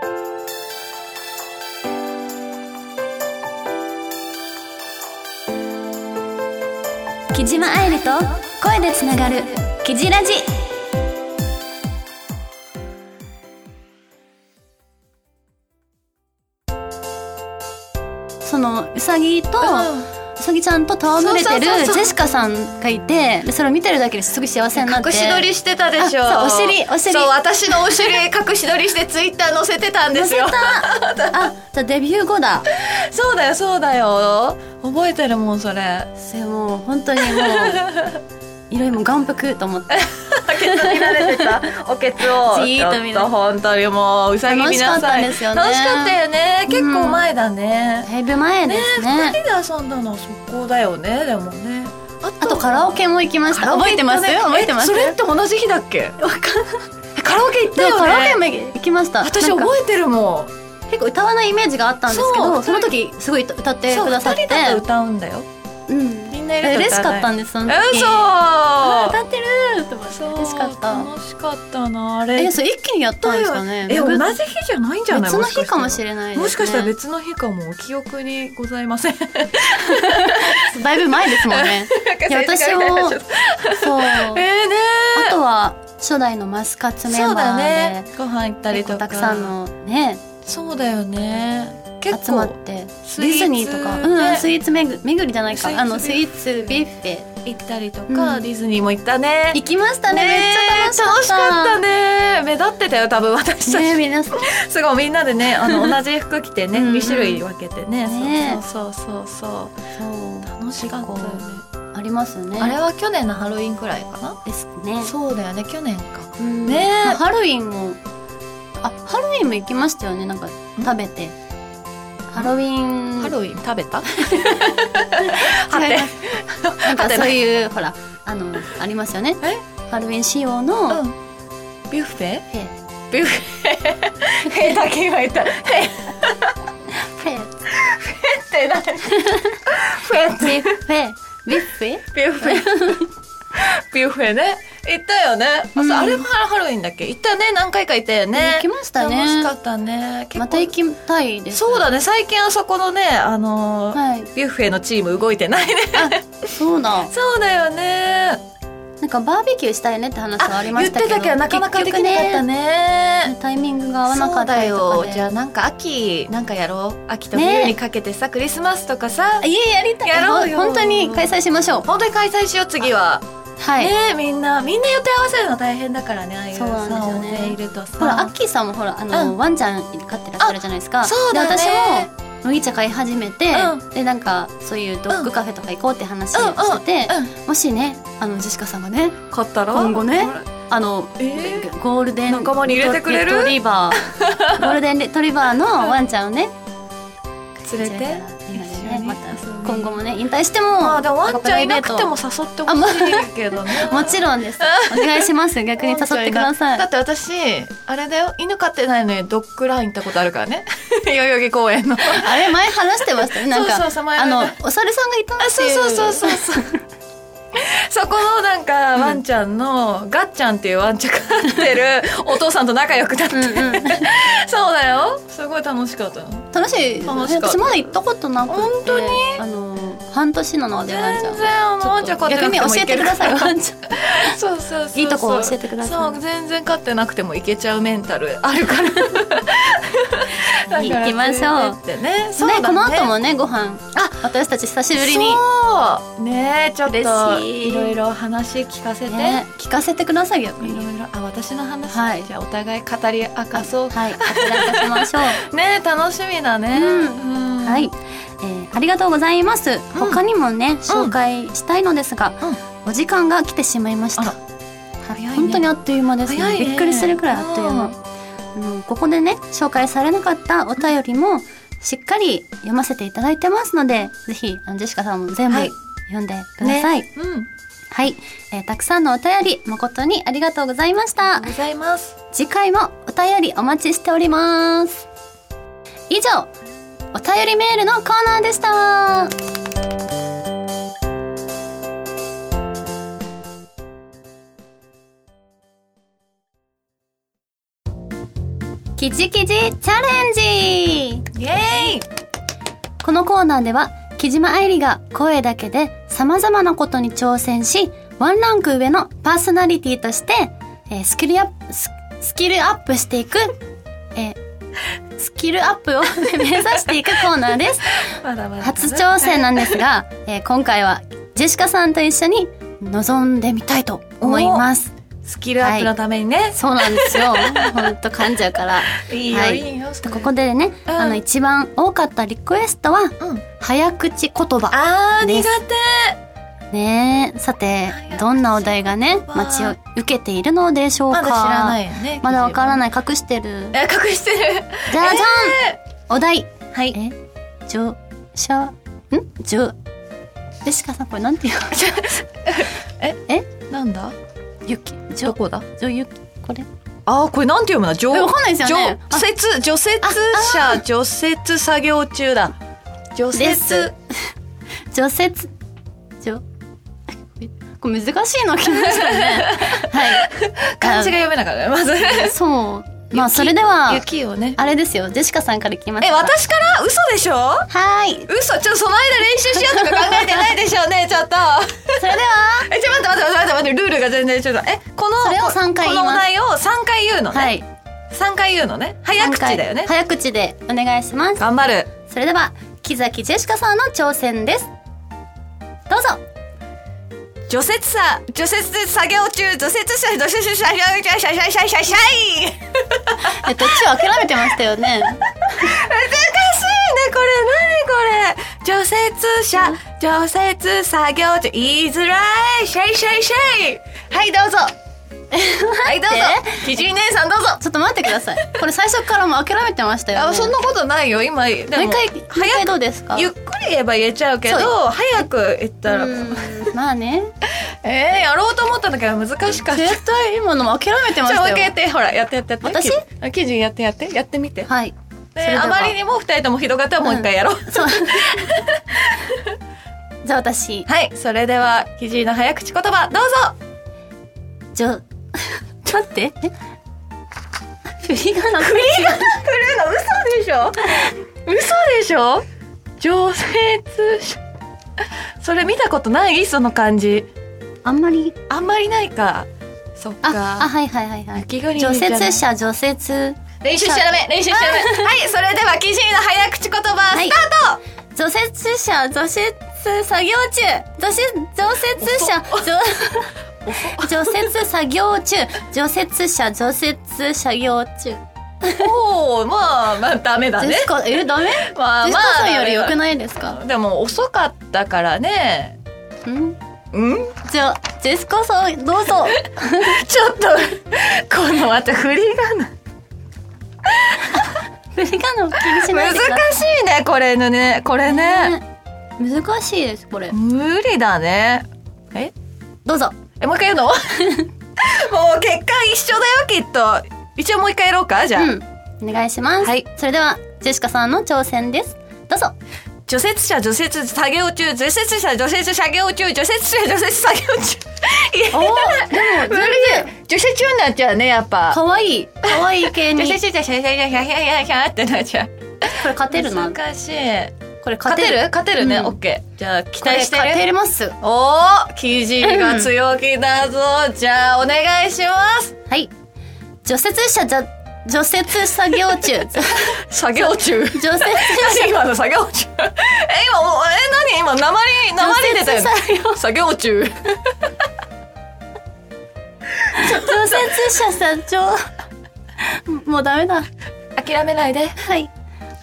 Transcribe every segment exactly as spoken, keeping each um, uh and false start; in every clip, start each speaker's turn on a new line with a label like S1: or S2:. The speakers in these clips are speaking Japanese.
S1: 木島愛理と声でつながるキジラジ。そのうさぎと、うんうさぎちゃんと戯れてるジェシカさんがいて、でそれを見てるだけですごい幸せになって、
S2: 隠し撮りしてたでしょ。
S1: そうお尻お尻
S2: そう私のお尻隠し撮りしてツイッター載せてたんですよ。
S1: 載せたあじゃあデビュー後だ。
S2: そうだよそうだよ覚えてるもんそれ。
S1: それもう本当にもういろいろ眼福と思って
S2: ケツ見られてたおケツを
S1: じーっと見られて、
S2: ちょっと本当にもううさぎ皆さん
S1: 楽しかったですよね。
S2: 楽しかったよね。結構前だね、
S1: うん、だいぶ前ですね。
S2: ねふたりで遊んだのはそこだよね。でもね
S1: あ と, あとカラオケも行きました。覚えてますよ覚えてます。
S2: それって同じ日だっけ。
S1: わかんない。
S2: カラオケ行ったよね。
S1: カラオケも行きました。
S2: 私覚えてるもん。
S1: 結構歌わないイメージがあったんですけど、 そ, その時すごい歌ってくださって、
S2: ふたりだと歌うんだよ。うん、みんないると歌わない。
S1: 嬉しかったんですその時。
S2: 嘘
S1: 歌ってると思って嬉しかった。
S2: 楽しかったなあれ。
S1: えそれ一気にやったんですかね。
S2: え同じ日じゃないんじゃない。
S1: 別の日かもしれないですね。
S2: もしかしたら別の日かも。記憶にございません
S1: だいぶ前ですもんねいや私もそう、
S2: えー、ね
S1: あとは初代のマスカッツメンバーで、
S2: そうだね、ご飯行ったりとか
S1: たくさんのね
S2: そうだよね
S1: 集まってディズニーとか、うん、スイーツめぐ巡りじゃないか、あのスイーツビュッフェ
S2: 行ったりとか、うん、ディズニーも行ったね。
S1: 行きましたね。めっちゃ楽しかった。
S2: 楽しかったね。目立ってたよ多分私たち、
S1: ね、皆さん
S2: すごいみんなでねあの同じ服着てね
S1: うん、うん、
S2: に種類分けてね、
S1: ね
S2: そうそうそうそうそう楽しかったよね。
S1: ありますよね。
S2: あれは去年のハロウィンくらいかな
S1: ですね。
S2: そうだよね去年か、
S1: うん、
S2: ね
S1: ハロウィンもあハロウィンも行きましたよね。なんか食べてハロウィン
S2: ハロウィン食べたは
S1: てなんかそういうほらあのありますよね。ハロウィン仕様の、
S2: うん、ビュッフェビュッフェフェだけ今言ったフェ
S1: フェ
S2: って何フェって
S1: ビュッフェビュッフェ
S2: ビュッフェビュッフェね行ったよね、うん、あれもハロウィンだっけ。行ったね何回か行ったよね。
S1: 行きましたね。
S2: 楽しかったね。
S1: また行きたいです。
S2: そうだね最近あそこのねあのーはい、ビュッフェのチーム動いてないね。
S1: あそうだ
S2: そうだよね。
S1: なんかバーベキューしたいねって話はありましたけど
S2: 言ってたけどなかなかできなかったね。
S1: ねタイミングが合わなかったりとかで。
S2: そうだよ。じゃあなんか秋なんかやろう。秋と冬にかけてさ、ね、クリスマスとかさ
S1: いえやりたい。
S2: やろうよ。
S1: 本当に開催しましょう。
S2: 本当に開催しよう次は。
S1: はい、
S2: ねみんなみんな予定合わせるの大変だからね。ああいう
S1: そうなんですよね。
S2: いるとさ
S1: ほらアッキーさんもほらあの、うん、ワンちゃん飼ってらっしゃるじゃないですか。
S2: そうだね。
S1: で私も麦茶買い始めて、うん、でなんかそういうドッグカフェとか行こうって話をしてて、うんうんうん、もしねあのジェシカさんがね
S2: 買ったら
S1: 今後ねあの、
S2: えー、
S1: ゴールデン
S2: 仲間に入れてくれる
S1: レトリバーゴールデンレトリバーのワンちゃんをね
S2: 連れて
S1: みんなでねまた今後もね引退しても、
S2: まあ、でもワンちゃんいなくても誘ってほしいけどね
S1: もちろんですお願いします逆に誘ってください。
S2: だって私あれだよ犬飼ってないのにドッグラン行ったことあるからね代々木公園の
S1: あれ前話してましたね。なんか
S2: そうそうそう
S1: あのお猿さんがいたっていう。
S2: そうそうそうそうそうそこのなんかワンちゃんの、うん、ガッちゃんっていうワンちゃん飼ってるお父さんと仲良くなってうん、うん、そうだよすごい楽しかったの。
S1: 楽しい楽しかった。私まだ行ったことなくて。
S2: 本当に
S1: あの半年なのでワンちゃん
S2: 全然あのワンちゃん飼ってなくても
S1: 逆に教えてくださいワンちゃん
S2: そうそうそうそう
S1: いいとこ教えてください。
S2: そう全然飼ってなくてもいけちゃうメンタルあるから
S1: 行きましょう
S2: ってね。
S1: そうだね。この後もねご飯あ私たち久しぶりに
S2: そうねちょっといろいろ話聞かせて、ね、
S1: 聞かせてくださいよ。いろ
S2: いろあ私の話、
S1: はい、
S2: じゃあお互い語り明かそう。
S1: はい語り明かしましょう
S2: ね楽しみだね、
S1: うんうん、はい、えー、ありがとうございます、うん、他にもね紹介したいのですが、うん、お時間が来てしまいました。早いね、本当にあっという間です ね, ねびっくりするくらいあっという間。うん、ここでね紹介されなかったお便りもしっかり読ませていただいてますのでぜひジェシカさんも全部読んでください、ねうん、はい、えー、たくさんのお便り誠にありがとうございました。
S2: ありがとうございます。
S1: 次回もお便りお待ちしております。以上お便りメールのコーナーでした。 キジキジチャレンジ。
S2: イエーイ。
S1: このコーナーでは木島愛理が声だけで様々なことに挑戦し、ワンランク上のパーソナリティとして、えー、スキルアップス、スキルアップしていく、えー、スキルアップを目指していくコーナーです。
S2: まだまだ
S1: 初挑戦なんですが、えー、今回はジェシカさんと一緒に臨んでみたいと思います。
S2: スキルアップのためにね、はい、
S1: そうなんですよ。ほんと噛んじゃうから
S2: いいよ、はい、いいよ。
S1: ここでね、うん、あの一番多かったリクエストは、うん、早口言葉
S2: あー
S1: です。
S2: 苦
S1: 手ねえ、さてどんなお題がね待ちを受けているのでしょうか。
S2: まだ知らないよね。
S1: まだわからない。隠してる。
S2: え隠してる。
S1: じゃじゃん、
S2: えー、
S1: お題。
S2: はい。
S1: え乗車ん乗ジェシカさんこれなんていうの？
S2: ええなんだ？
S1: 雪
S2: どこだ？
S1: 除雪これ。
S2: あーこれなんて読むの？除
S1: わかんないですよね。
S2: 除雪除雪車除雪作業中だ。除雪
S1: 除雪除これ難しいの来ましたね。はい。
S2: 漢字が読めなかったねまず。
S1: そう。まあそれでは
S2: 雪をね
S1: あれですよ、ジェシカさんから聞きますか。
S2: え私から嘘でしょ。
S1: はい
S2: 嘘。ちょっとその間練習しようとか考えてないでしょうねちょっと。
S1: それでは
S2: えちょっと待って待って待って待ってルールが全然ちょっとえこの
S1: それをさんかい言います。
S2: このお題をさんかい言うのね。はいさんかい言うのね。早口だよね。
S1: 早口でお願いします。
S2: 頑張る。
S1: それでは木崎ジェシカさんの挑戦です。どうぞ。
S2: 除雪車除雪作業中除雪車除雪車シャシャシャシャシャシャシャシャイ
S1: えっと、ちを諦めてましたよね。難しいね、
S2: これ。何これ。除雪車、除雪作業中、言いづらい。シャイシャイシャイ。はい、どうぞ。はい、どうぞ。キジ姉さんどうぞ。
S1: ちょっと待ってください。これ最初からも諦めてましたよね。
S2: あ、そんなことないよ、今。もう一
S1: 回、もう一回どうですか？
S2: ゆっくり言えば言えちゃうけど、早く言ったら。
S1: まあね。
S2: えー、やろうと思ったんだけど難しかった。
S1: 絶対今のも諦めてましたよ。
S2: ちょ、開けて、ほら、やってやってやって。
S1: 私？
S2: キジやってやって、やってみて。
S1: はい。
S2: あまりにも二人ともひどかったらもう一回やろう。そう。
S1: じゃあ私。
S2: はい、それでは、キジの早口言葉、どうぞ。
S1: じゃ、ちょっと待って。振り仮名。
S2: 振り仮名振るの嘘でしょ嘘でしょ除雪車。それ見たことない？その漢字。
S1: あんまり。
S2: あんまりないか。そっか。
S1: あ、あはいはいはいはい。
S2: 雪国
S1: 除雪車、除雪。
S2: 練習しちゃダメ練習しちゃダメ。はい、それでは、キジの早口言葉、スター
S1: ト。除雪車、除雪作業中。除雪、除雪車、除雪作業中。除雪車、除雪作業中。
S2: おー、まあ、まあ、ダメだね。
S1: ジェシカ、え、ダメ？
S2: まあ、
S1: ジェシカさんより良くないですか？
S2: でも、遅かったからね。
S1: ん
S2: ん
S1: じゃあ、ジェシカさん、どうぞ。
S2: ちょっと、この、また振り仮名。
S1: 振り仮名を気にしないでください。
S2: 難しいね、これね。これね。
S1: 難しいです、これ。
S2: 無理だね。え
S1: どうぞ。
S2: え、もう一回言うの？もう結果一緒だよ、きっと。一応もう一回やろうか、じゃあ。うん。
S1: お願いします。はい。それでは、ジェシカさんの挑戦です。どうぞ。
S2: 除雪車除雪作業中、除雪車除雪作業中、除雪車除雪作業中。
S1: おー、でも、
S2: 無理で、除雪中になっちゃうね、やっぱ。
S1: かわいい。かわいい系に。
S2: 除雪車シャシャシャシャシャシャシャってなっちゃう。
S1: これ勝てるな。
S2: 難しい。
S1: これ勝てる？
S2: 勝てるね、オッケー。じゃあ、期待してる。
S1: 勝てます。
S2: おー、生地が強気だぞ。じゃあ、お願いします。
S1: はい。除雪車じゃ、除雪作業中。
S2: 作業中。
S1: 除雪車。
S2: 今の作業中。え、今、え、何今、なまり、なまり出たよね。作業中。
S1: 除雪車社長。もうダメだ。
S2: 諦めないで。
S1: はい。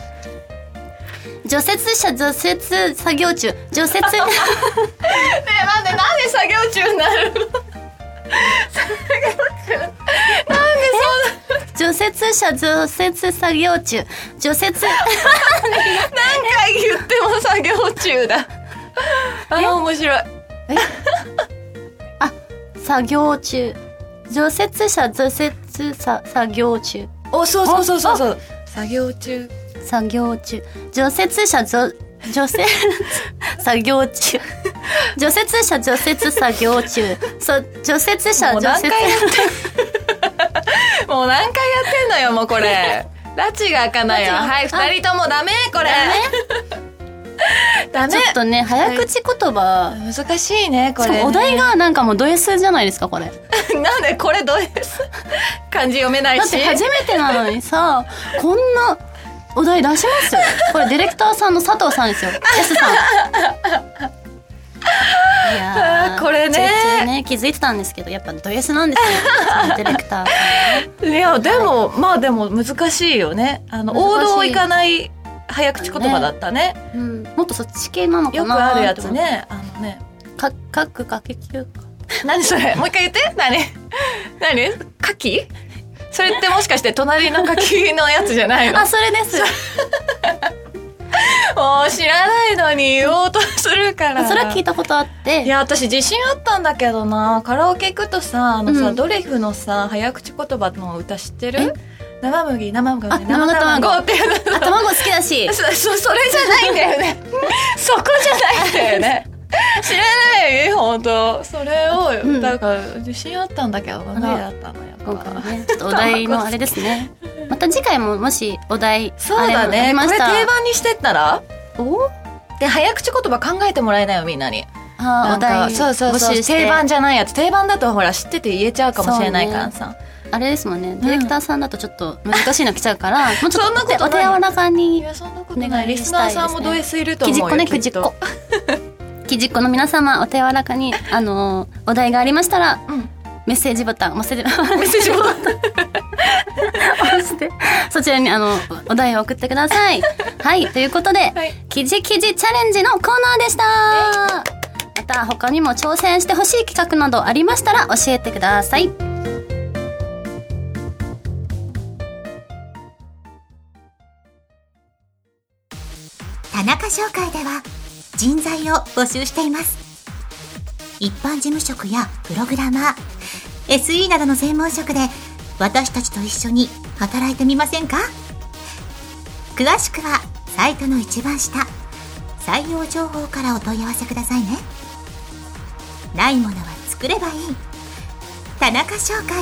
S1: 除雪車除雪作業中。除雪。ねえ、なんで、
S2: なんで作業中になるの？作業中。なんでそんな。
S1: 除雪車除雪作業中。除雪。何
S2: 回言っても作業中だ。あ、面白い。え
S1: あ、作業中。除雪車除雪さ作業中。
S2: お、そうそうそうそうそう。作業中。
S1: 作業中。除雪車除除雪作業中。除雪車除雪作業中。そう、除雪車除雪。
S2: もう何回やってんのよ、 もうこれ拉致が開かないよ。はい、二人ともダメこれダメ。
S1: ちょっとね早口言葉、
S2: はい、難しいねこれね。
S1: お題がなんかもうド S じゃないですかこれ
S2: なんでこれド S 漢字読めないし。
S1: だって初めてなのにさこんなお題出しますよ。これディレクターさんの佐藤さんですよ。 S さんいや
S2: これね
S1: ちょいちょいね気づいてたんですけどやっぱド S なんですよそのディレクターさん、ね、
S2: いやでも、はい、まあでも難しいよね。あの王道いかない早口言葉だったね、
S1: うん、もっとそっち系なのかな。
S2: よくあるやつね。あのね
S1: かかくかけきゅうか
S2: 何それもう一回言って。何何かきそれってもしかして隣のかきのやつじゃないの？
S1: あそれです
S2: もう知らないのに言おうとするから
S1: それは聞いたことあって。
S2: いや私自信あったんだけどな。カラオケ行くとさあのさ、
S1: うん、
S2: ドレフのさ早口言葉の歌知ってる？生麦生麦
S1: 生
S2: 卵っていう
S1: あ卵好きだし
S2: そ, そ, それじゃないんだよねそこじゃないんだよね知らない本当それを歌うから、うん、自信あったんだけど無理だったのやっぱ
S1: 今回ねちょっとお題のあれですねまた次回ももしお題
S2: そうだねこれ定番にしてったらおで早口言葉考えてもらえないよみんなに。
S1: あお題
S2: そうそうそう定番じゃないやつ。定番だとほら知ってて言えちゃうかもしれないからさ、
S1: あれですもんね、ディレクターさんだとちょっと難しいの来ちゃうから、うん、もうちょっと
S2: そんなこと
S1: お手柔らかに
S2: いやそんなことない。リスナーさんもド S いると思うよ。
S1: きじっこねくじっこきじっこの皆様お手柔らかにあのー、お題がありましたら、うん、メッセージボタンメッセージメッセージボタン押してそちらにあのお題を送ってくださいはいということで、はい、きじきじチャレンジのコーナーでした、また他にも挑戦してほしい企画などありましたら教えてください。
S3: 田中商会では人材を募集しています。一般事務職やプログラマー、エスイー などの専門職で私たちと一緒に働いてみませんか？詳しくはサイトの一番下、採用情報からお問い合わせくださいね。ないものは作ればいい。田中商会。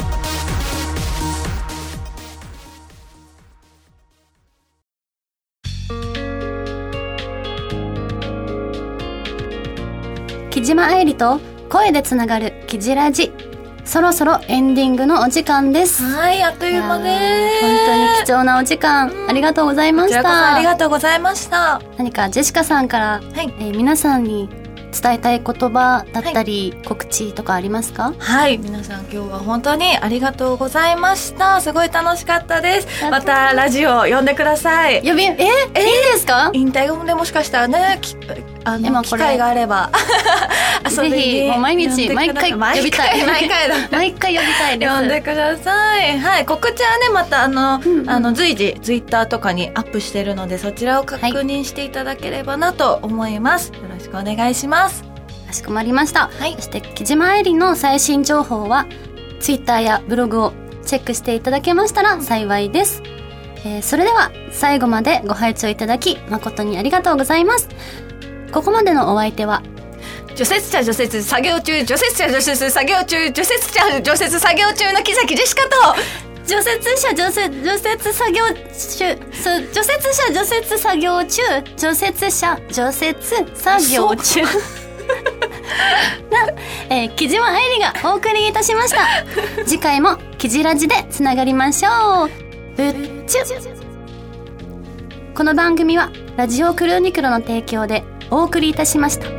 S1: 木島愛理と声でつながるキジラジ、そろそろエンディングのお時間です。
S2: はい、あっという間ね。
S1: 本当に貴重なお時間、うん、ありがとうございました。
S2: こちらこそありがとうございました。
S1: 何かジェシカさんから、はい、えー、皆さんに伝えたい言葉だったり、はい、告知とかありますか？
S2: はい、皆さん今日は本当にありがとうございました。すごい楽しかったです。またラジオ呼んでください。
S1: 呼びええいいですか？
S2: 引退後でもしかしたらねあの機会があれば
S1: ぜひもう毎日毎回呼びたい
S2: 毎回だ
S1: 毎回呼びたいです。
S2: 呼んでください。はい、告知はねまたあの、うんうん、あの随時ツイッターとかにアップしてるのでそちらを確認していただければなと思います、はい、よろしくお願いします。
S1: かしこまりました、はい、そして木島愛理の最新情報はツイッターやブログをチェックしていただけましたら幸いです、えー、それでは最後までご拝聴いただき誠にありがとうございます。ここまでのお相手は
S2: 除雪車除雪作業中除雪車除雪作業中除雪車除雪作業中の木崎ジェシカと
S1: 除雪車除雪除雪作業中除雪車除雪作業中除雪車除雪作業中な、えー、木島愛理がお送りいたしました。次回もキジラジでつながりましょう。ぶっちゅ。この番組はラジオクロニクルの提供でお送りいたしました。